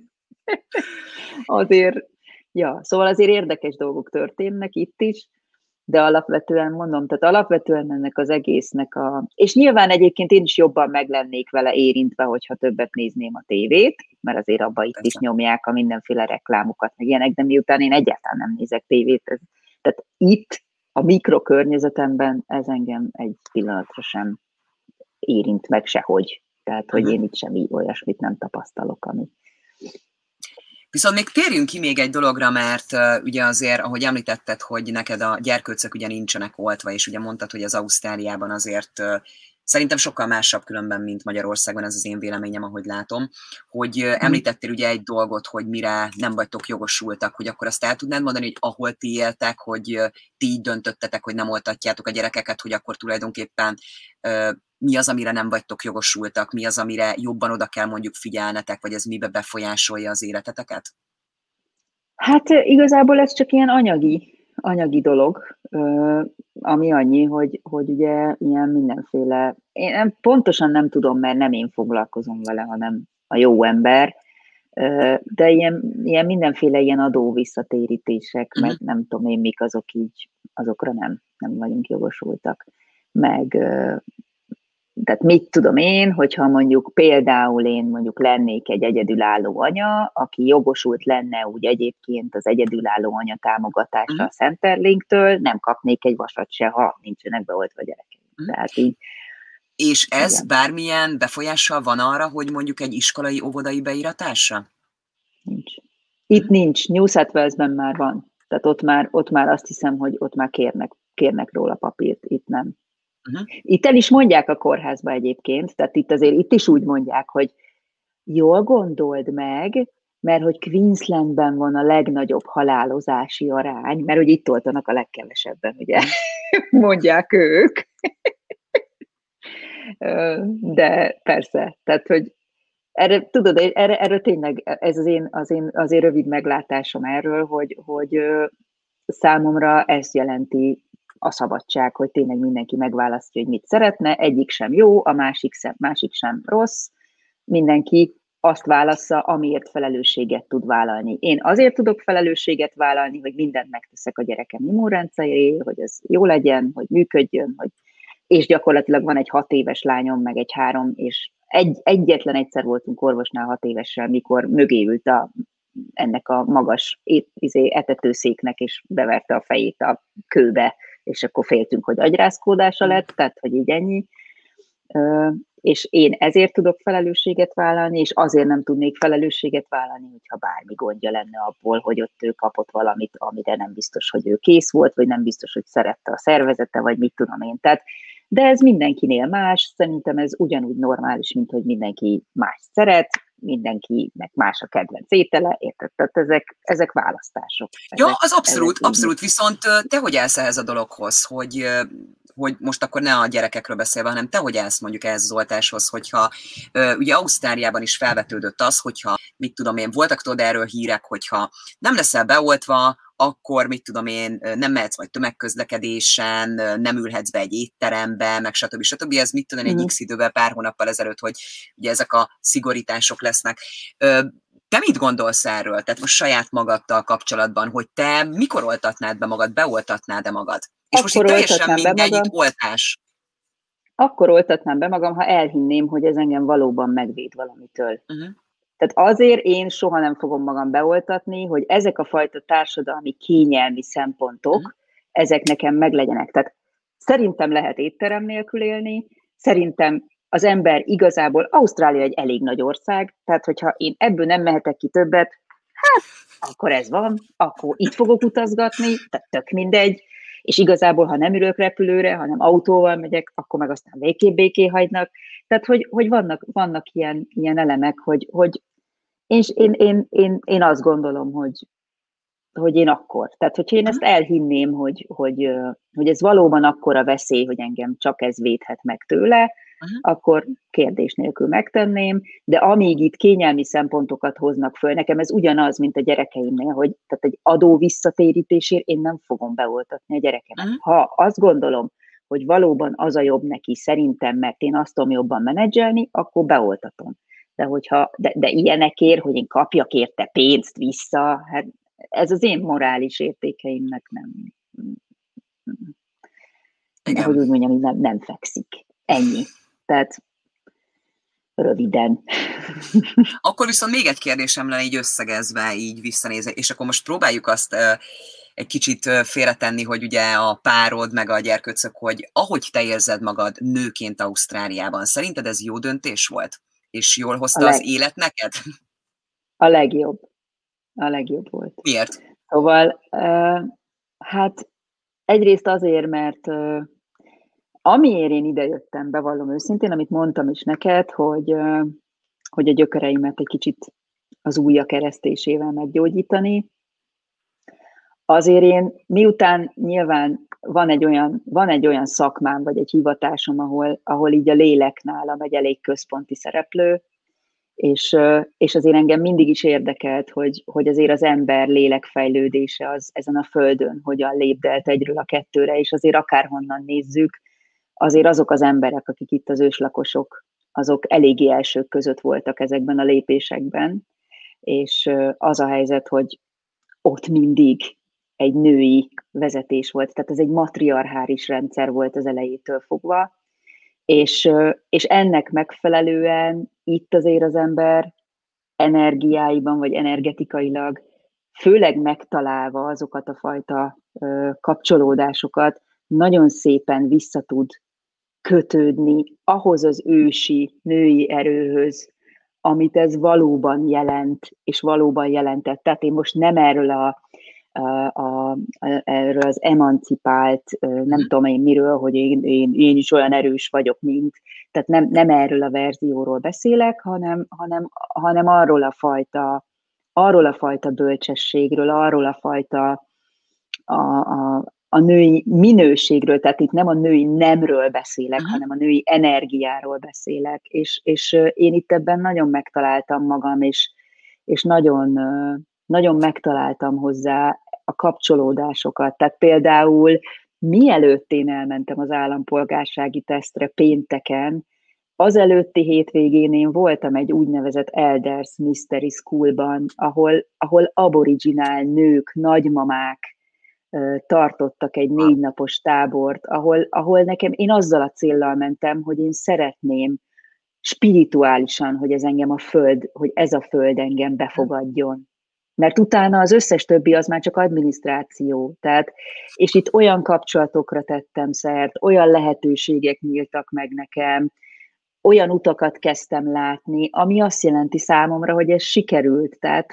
azért, ja, szóval azért érdekes dolgok történnek itt is, de alapvetően mondom, tehát alapvetően ennek az egésznek és nyilván egyébként én is jobban meg lennék vele érintve, hogyha többet nézném a tévét, mert azért abba itt is nyomják a mindenféle reklámokat, meg ilyenek, de miután én egyáltalán nem nézek tévét, tehát itt a mikrokörnyezetemben ez engem egy pillanatra sem érint meg sehogy. Tehát, hogy én itt semmi olyasmit nem tapasztalok, ami... Viszont még térjünk ki még egy dologra, mert ugye azért, ahogy említetted, hogy neked a gyerkőcök ugye nincsenek oltva, és ugye mondtad, hogy az Ausztráliában azért szerintem sokkal másabb különben, mint Magyarországon, ez az én véleményem, ahogy látom, hogy említettél ugye egy dolgot, hogy mire nem vagytok jogosultak, hogy akkor azt el tudnád mondani, hogy ahol ti éltek, hogy ti így döntöttetek, hogy nem oltatjátok a gyerekeket, hogy akkor tulajdonképpen mi az, amire nem vagytok jogosultak, mi az, amire jobban oda kell mondjuk figyelnetek, vagy ez mibe befolyásolja az életeteket? Hát igazából ez csak ilyen anyagi dolog, ami annyi, hogy ugye ilyen mindenféle, én pontosan nem tudom, mert nem én foglalkozom vele, hanem a jó ember, de ilyen mindenféle ilyen adó visszatérítések, meg nem tudom én mik azok így, azokra nem vagyunk jogosultak. Meg tehát mit tudom én, hogyha mondjuk például én mondjuk lennék egy egyedülálló anya, aki jogosult lenne úgy egyébként az egyedülálló anya támogatásra a Centerlinktől, nem kapnék egy vasat se, ha nincsenek beoltva gyerekeim. Tehát így. És ez igen. Bármilyen befolyással van arra, hogy mondjuk egy iskolai óvodai beíratásra? Nincs. Itt nincs, New South Walesben már van. Tehát ott már azt hiszem, hogy ott már kérnek róla papírt, itt nem. Itt el is mondják a kórházba egyébként, tehát itt is úgy mondják, hogy jól gondold meg, mert hogy Queenslandben van a legnagyobb halálozási arány, mert hogy itt oltanak a legkevesebben, ugye, mondják ők. De persze, tehát hogy erre, tudod, erre tényleg, ez az én rövid meglátásom erről, hogy számomra ezt jelenti a szabadság, hogy tényleg mindenki megválasztja, hogy mit szeretne, egyik sem jó, a másik sem rossz, mindenki azt válassza, amiért felelősséget tud vállalni. Én azért tudok felelősséget vállalni, hogy mindent megteszek a gyerekem immunrendszeréért, hogy ez jó legyen, hogy működjön, és gyakorlatilag van egy 6 éves lányom, meg egy 3, és egyetlen egyszer voltunk orvosnál 6 évessel, mikor mögé ült ennek a magas etetőszéknek, és beverte a fejét a kőbe, és akkor féltünk, hogy agyrázkódása lett, tehát, hogy így ennyi. És én ezért tudok felelősséget vállalni, és azért nem tudnék felelősséget vállalni, hogyha bármi gondja lenne abból, hogy ott ő kapott valamit, amire nem biztos, hogy ő kész volt, vagy nem biztos, hogy szerette a szervezete, vagy mit tudom én. Tehát, de ez mindenkinél más, szerintem ez ugyanúgy normális, mint hogy mindenki más szeret, mindenkinek más a kedvenc étele, érted? Tehát ezek választások. Ja, az abszolút, viszont te hogy állsz ehhez a dologhoz, hogy most akkor ne a gyerekekről beszélve, hanem te hogy állsz mondjuk ehhez az oltáshoz, hogyha ugye Ausztráliában is felvetődött az, hogyha mit tudom én, voltak tudod erről hírek, hogyha nem leszel beoltva, akkor mit tudom én, nem mehetsz majd tömegközlekedésen, nem ülhetsz be egy étterembe, meg stb. Ez mit tudom egy x időben, pár hónappal ezelőtt, hogy ugye ezek a szigorítások lesznek. Te mit gondolsz erről? Tehát most saját magaddal kapcsolatban, hogy te mikor oltatnád be magad, beoltatnád-e magad? És most itt teljesen mindegy, itt oltás. Akkor oltatnám be magam, ha elhinném, hogy ez engem valóban megvéd valamitől. Tehát azért én soha nem fogom magam beoltatni, hogy ezek a fajta társadalmi kényelmi szempontok, ezek nekem meglegyenek. Tehát szerintem lehet étterem nélkül élni, szerintem az ember igazából, Ausztrália egy elég nagy ország, tehát hogyha én ebből nem mehetek ki többet, hát akkor ez van, akkor itt fogok utazgatni, tehát tök mindegy, és igazából, ha nem ülök repülőre, hanem autóval megyek, akkor meg aztán végképp béké hagynak. Tehát, hogy vannak ilyen elemek, hogy én azt gondolom, hogy én akkor. Tehát, hogyha én ezt elhinném, hogy ez valóban akkora veszély, hogy engem csak ez védhet meg tőle, akkor kérdés nélkül megtenném, de amíg itt kényelmi szempontokat hoznak föl, nekem ez ugyanaz, mint a gyerekeimnél, hogy tehát egy adó visszatérítésért én nem fogom beoltatni a gyerekemet. Ha azt gondolom, hogy valóban az a jobb neki szerintem, mert én azt tudom jobban menedzselni, akkor beoltatom. De, de ilyenekért, hogy én kapjak érte pénzt vissza, hát ez az én morális értékeimnek nem, hogy úgy mondjam, nem fekszik. Ennyi. Tehát röviden. Akkor viszont még egy kérdésem lenne így összegezve, így visszanézve, és akkor most próbáljuk azt egy kicsit félretenni, hogy ugye a párod, meg a gyerkőcök, hogy ahogy te érzed magad nőként Ausztráliában, szerinted ez jó döntés volt? És jól hozta az élet neked? A legjobb. A legjobb volt. Miért? Szóval, hát egyrészt azért, mert amiért én idejöttem, bevallom őszintén, amit mondtam is neked, hogy a gyökereimet egy kicsit az ujjak eresztésével meggyógyítani. Azért én, miután nyilván van egy olyan szakmám, vagy egy hivatásom, ahol így a lélek nálam egy elég központi szereplő, és azért engem mindig is érdekelt, hogy azért az ember lélekfejlődése az ezen a földön hogyan lépdelt egyről a kettőre, és azért akárhonnan nézzük, azért azok az emberek, akik itt az őslakosok, azok eléggé elsők között voltak ezekben a lépésekben, és az a helyzet, hogy ott mindig egy női vezetés volt, tehát ez egy matriarchális rendszer volt az elejétől fogva, és ennek megfelelően itt azért az ember energiáiban, vagy energetikailag, főleg megtalálva azokat a fajta kapcsolódásokat, nagyon szépen vissza tud kötődni ahhoz az ősi női erőhöz, amit ez valóban jelent, és valóban jelentett. Tehát én most nem erről erről az emancipált, nem tudom én miről, hogy én is olyan erős vagyok, mint. Tehát nem erről a verzióról beszélek, hanem arról a fajta bölcsességről, arról a fajta a női minőségről, tehát itt nem a női nemről beszélek, hanem a női energiáról beszélek, és én itt ebben nagyon megtaláltam magam, és nagyon, nagyon megtaláltam hozzá a kapcsolódásokat. Tehát például mielőtt én elmentem az állampolgársági tesztre pénteken, az előtti hétvégén én voltam egy úgynevezett Elders Mystery Schoolban, ahol aboriginál nők, nagymamák tartottak egy 4 napos tábort, ahol nekem, én azzal a céllal mentem, hogy én szeretném spirituálisan, hogy ez a föld engem befogadjon. Mert utána az összes többi az már csak adminisztráció. Tehát, és itt olyan kapcsolatokra tettem szert, olyan lehetőségek nyíltak meg nekem, olyan utakat kezdtem látni, ami azt jelenti számomra, hogy ez sikerült. Tehát,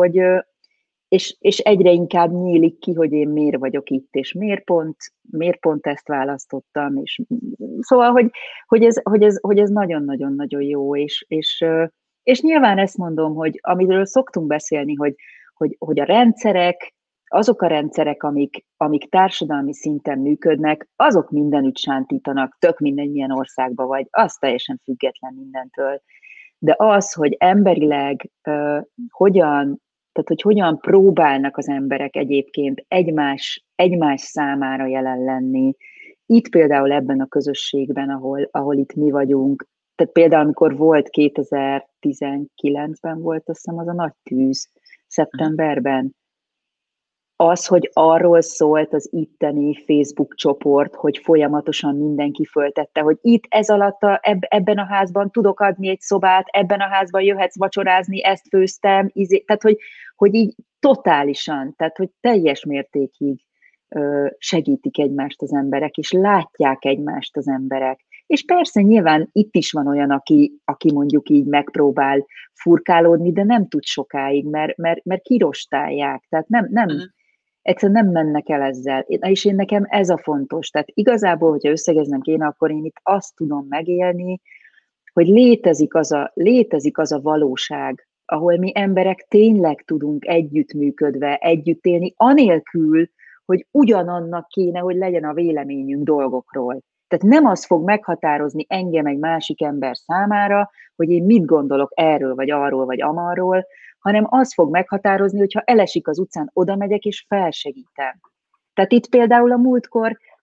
és egyre inkább nyílik ki, hogy én miért vagyok itt, és miért pont ezt választottam. És, szóval, hogy ez nagyon-nagyon-nagyon jó, és nyilván ezt mondom, hogy amiről szoktunk beszélni, hogy a rendszerek, azok a rendszerek, amik társadalmi szinten működnek, azok mindenütt sántítanak, tök mindegy milyen országban vagy, az teljesen független mindentől. De az, hogy emberileg hogyan próbálnak az emberek egyébként egymás számára jelen lenni, itt például ebben a közösségben, ahol itt mi vagyunk, tehát például amikor volt 2019-ben volt, azt hiszem az a nagy tűz, szeptemberben, az, hogy arról szólt az itteni Facebook csoport, hogy folyamatosan mindenki föltette, hogy itt ez alatt ebben a házban tudok adni egy szobát, ebben a házban jöhetsz vacsorázni, ezt főztem, tehát hogy így totálisan, tehát hogy teljes mértékig segítik egymást az emberek, és látják egymást az emberek. És persze nyilván itt is van olyan, aki mondjuk így megpróbál furkálódni, de nem tud sokáig, mert kirostálják, tehát egyszerűen nem mennek el ezzel. És én nekem ez a fontos. Tehát igazából, hogyha összegeznem kéne, akkor én itt azt tudom megélni, hogy létezik az a valóság, ahol mi emberek tényleg tudunk együttműködve, együtt élni, anélkül, hogy ugyanannak kéne, hogy legyen a véleményünk dolgokról. Tehát nem az fog meghatározni engem egy másik ember számára, hogy én mit gondolok erről, vagy arról, vagy amarról, hanem az fog meghatározni, hogyha elesik az utcán, oda megyek és felsegítem. Tehát itt például a múltkor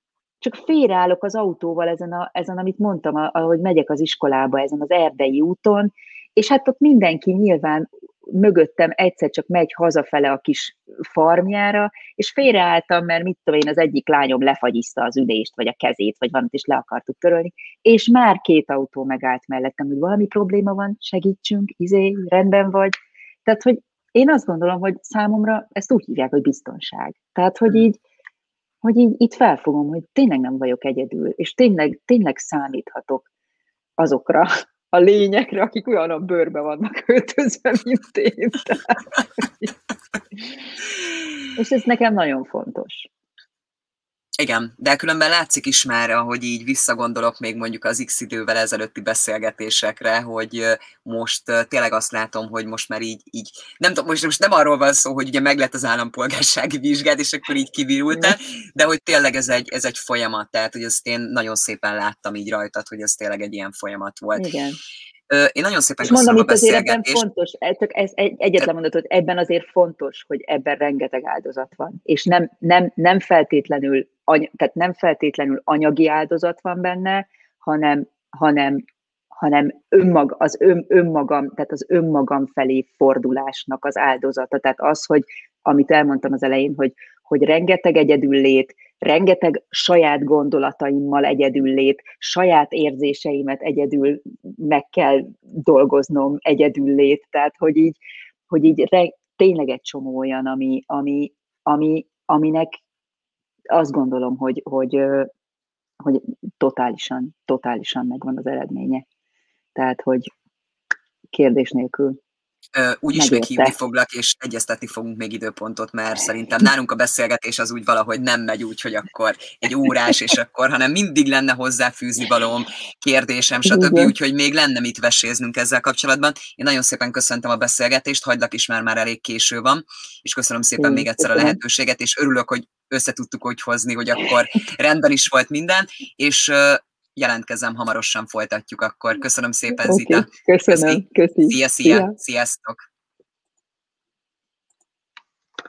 csak félreállok az autóval ezen amit mondtam, ahogy megyek az iskolába, ezen az erdei úton, és hát ott mindenki nyilván mögöttem egyszer csak megy hazafele a kis farmjára, és félreálltam, mert mit tudom én, az egyik lányom lefagyizta az ülést, vagy a kezét, vagy valamit, és le akartuk törölni, és már 2 autó megállt mellettem, hogy valami probléma van, segítsünk, rendben vagy. Tehát, hogy én azt gondolom, hogy számomra ezt úgy hívják, hogy biztonság. Tehát, hogy így itt felfogom, hogy tényleg nem vagyok egyedül, és tényleg számíthatok azokra a lényekre, akik olyan a bőrbe vannak öltözve, mint én. És ez nekem nagyon fontos. Igen, de különben látszik is már, ahogy így visszagondolok még mondjuk az X idővel ezelőtti beszélgetésekre, hogy most tényleg azt látom, hogy most már így nem tudom, most nem arról van szó, hogy ugye meglett az állampolgársági vizsgád, és akkor így kivirultál, de hogy tényleg ez egy folyamat, tehát hogy ezt én nagyon szépen láttam így rajtad, hogy ez tényleg egy ilyen folyamat volt. Igen. Én nagyon szépen köszönöm a beszélgetést. Fontos, csak ez egyetlen mondatot, ebben azért fontos, hogy ebben rengeteg áldozat van, és nem feltétlenül anyagi áldozat van benne, hanem önmagam, tehát az önmagam felé fordulásnak az áldozata. Tehát az, hogy amit elmondtam az elején, hogy rengeteg egyedüllét, rengeteg saját gondolataimmal egyedüllét, saját érzéseimet egyedül meg kell dolgoznom egyedüllét, tehát hogy így tényleg egy csomó olyan, aminek azt gondolom, hogy totálisan megvan az eredménye. Tehát, hogy kérdés nélkül. Úgyis még hívni foglak, és egyeztetni fogunk még időpontot, mert szerintem nálunk a beszélgetés az úgy valahogy nem megy úgy, hogy akkor egy órás, és akkor, hanem mindig lenne hozzáfűzni valóm, kérdésem, stb. Úgyhogy még lenne mit veséznünk ezzel kapcsolatban. Én nagyon szépen köszöntem a beszélgetést, hagylak is, már elég késő van, és köszönöm szépen még egyszer a lehetőséget, és örülök, hogy összetudtuk úgy hozni, hogy akkor rendben is volt minden, és jelentkezem, hamarosan folytatjuk akkor. Köszönöm szépen, Zita. Köszönöm. Szia. Sziasztok.